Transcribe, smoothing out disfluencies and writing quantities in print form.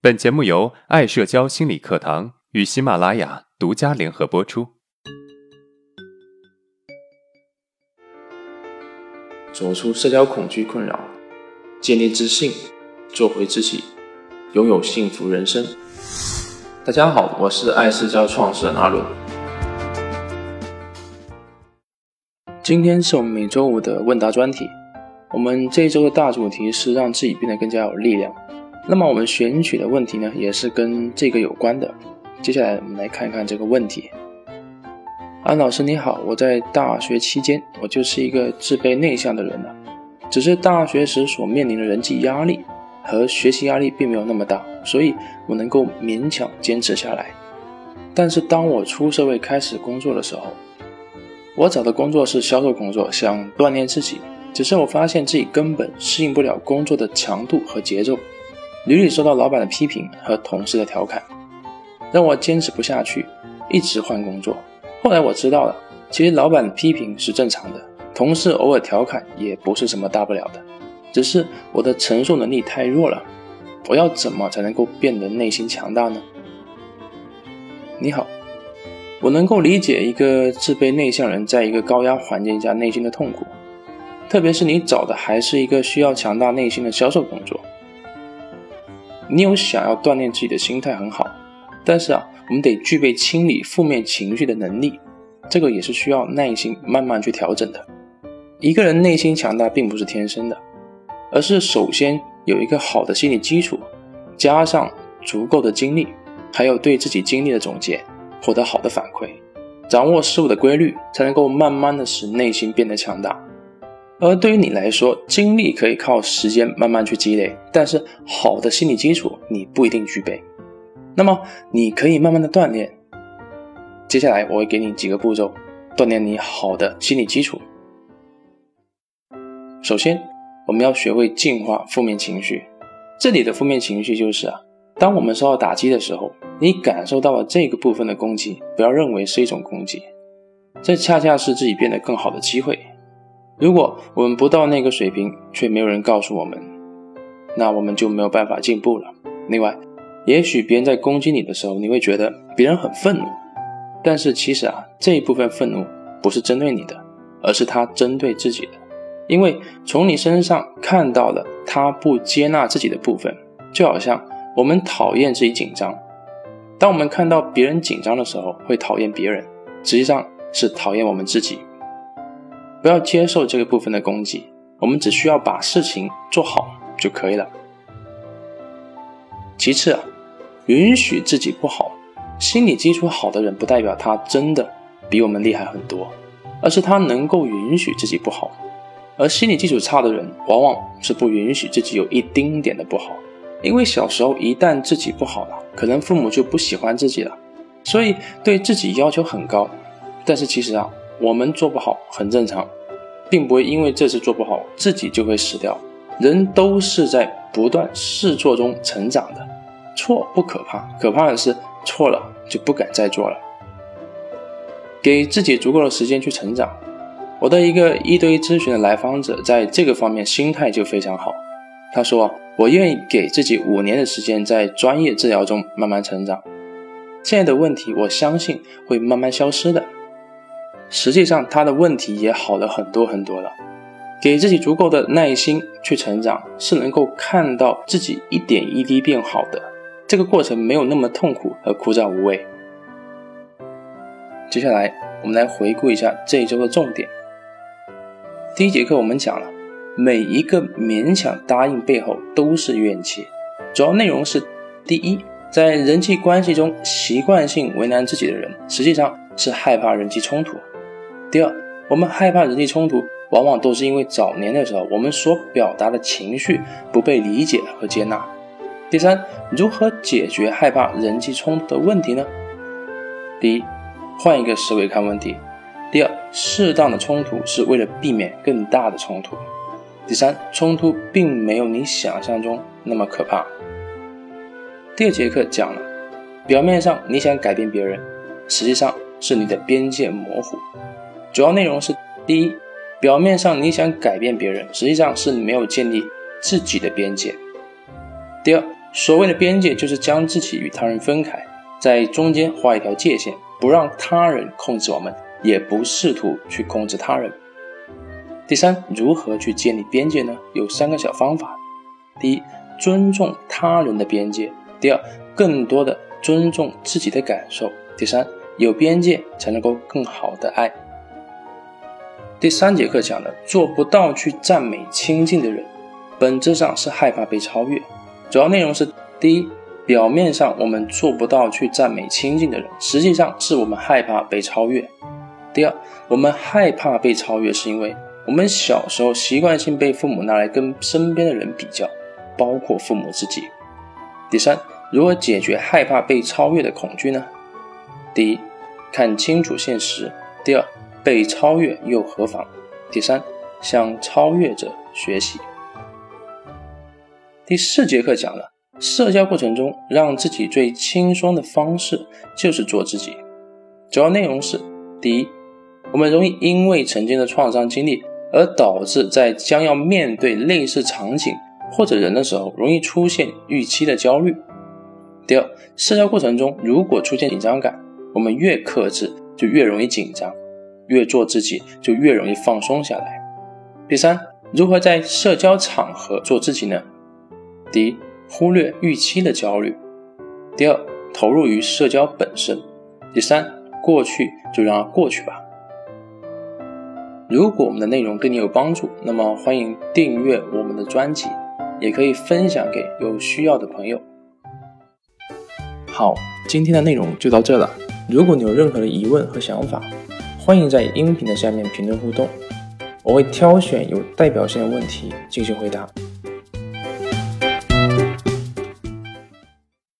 本节目由爱社交心理课堂与喜马拉雅独家联合播出。 走出社交恐惧困扰，建立自信，做回自己，拥有幸福人生。大家好，我是爱社交创始人阿伦。今天是我们每周五的问答专题，我们这一周的大主题是让自己变得更加有力量。那么我们选取的问题呢，也是跟这个有关的。接下来我们来看看这个问题。安老师你好，我在大学期间，我就是一个自卑内向的人了，只是大学时所面临的人际压力和学习压力并没有那么大，所以我能够勉强坚持下来。但是当我出社会开始工作的时候，我找的工作是销售工作，想锻炼自己，只是我发现自己根本适应不了工作的强度和节奏，屡屡受到老板的批评和同事的调侃，让我坚持不下去，一直换工作。后来我知道了，其实老板的批评是正常的，同事偶尔调侃也不是什么大不了的，只是我的承受能力太弱了。我要怎么才能够变得内心强大呢？你好，我能够理解一个自卑内向人在一个高压环境下内心的痛苦，特别是你找的还是一个需要强大内心的销售工作。你有想要锻炼自己的心态很好，但是我们得具备清理负面情绪的能力，这个也是需要耐心慢慢去调整的。一个人内心强大并不是天生的，而是首先有一个好的心理基础，加上足够的精力，还有对自己经历的总结，获得好的反馈，掌握事物的规律，才能够慢慢的使内心变得强大。而对于你来说，精力可以靠时间慢慢去积累，但是好的心理基础你不一定具备。那么你可以慢慢的锻炼。接下来我会给你几个步骤，锻炼你好的心理基础。首先，我们要学会净化负面情绪。这里的负面情绪就是当我们受到打击的时候，你感受到了这个部分的攻击，不要认为是一种攻击，这恰恰是自己变得更好的机会。如果我们不到那个水平，却没有人告诉我们，那我们就没有办法进步了。另外，也许别人在攻击你的时候，你会觉得别人很愤怒，但是其实这一部分愤怒不是针对你的，而是他针对自己的。因为从你身上看到了他不接纳自己的部分，就好像我们讨厌自己紧张，当我们看到别人紧张的时候，会讨厌别人，实际上是讨厌我们自己。不要接受这个部分的攻击，我们只需要把事情做好就可以了。其次允许自己不好。心理基础好的人不代表他真的比我们厉害很多，而是他能够允许自己不好。而心理基础差的人往往是不允许自己有一丁点的不好，因为小时候一旦自己不好了，可能父母就不喜欢自己了，所以对自己要求很高。但是其实我们做不好很正常，并不会因为这次做不好自己就会死掉。人都是在不断试错中成长的，错不可怕，可怕的是错了就不敢再做了。给自己足够的时间去成长。我的一个一对一咨询的来访者在这个方面心态就非常好，他说我愿意给自己5年的时间在专业治疗中慢慢成长，现在的问题我相信会慢慢消失的。实际上他的问题也好了很多很多了。给自己足够的耐心去成长，是能够看到自己一点一滴变好的，这个过程没有那么痛苦和枯燥无味。接下来我们来回顾一下这一周的重点。第一节课我们讲了，每一个勉强答应背后都是怨气。主要内容是：第一，在人际关系中习惯性为难自己的人，实际上是害怕人际冲突。第二，我们害怕人际冲突，往往都是因为早年的时候我们所表达的情绪不被理解和接纳。第三，如何解决害怕人际冲突的问题呢？第一，换一个思维看问题。第二，适当的冲突是为了避免更大的冲突。第三，冲突并没有你想象中那么可怕。第二节课讲了，表面上你想改变别人，实际上是你的边界模糊。主要内容是：第一，表面上你想改变别人，实际上是你没有建立自己的边界。第二， 所谓的边界就是将自己与他人分开，在中间画一条界限，不让他人控制我们，也不试图去控制他人。第三，如何去建立边界呢？有3个小方法。第一，尊重他人的边界。第二，更多的尊重自己的感受。第三，有边界才能够更好的爱。第3节课讲的，做不到去赞美亲近的人，本质上是害怕被超越。主要内容是：第一，表面上我们做不到去赞美亲近的人，实际上是我们害怕被超越。第二，我们害怕被超越是因为我们小时候习惯性被父母拿来跟身边的人比较，包括父母自己。第三，如何解决害怕被超越的恐惧呢？第一，看清楚现实。第二，被超越又何妨？第三，向超越者学习。第4节课讲了，社交过程中让自己最轻松的方式就是做自己。主要内容是：第一，我们容易因为曾经的创伤经历而导致在将要面对类似场景或者人的时候容易出现预期的焦虑。第二，社交过程中如果出现紧张感，我们越克制就越容易紧张，越做自己就越容易放松下来。第三，如何在社交场合做自己呢？第一，忽略预期的焦虑。第二，投入于社交本身。第三，过去就让它过去吧。如果我们的内容对你有帮助，那么欢迎订阅我们的专辑，也可以分享给有需要的朋友。好，今天的内容就到这了。如果你有任何的疑问和想法，欢迎在音频的下面评论互动，我会挑选有代表性的问题进行回答。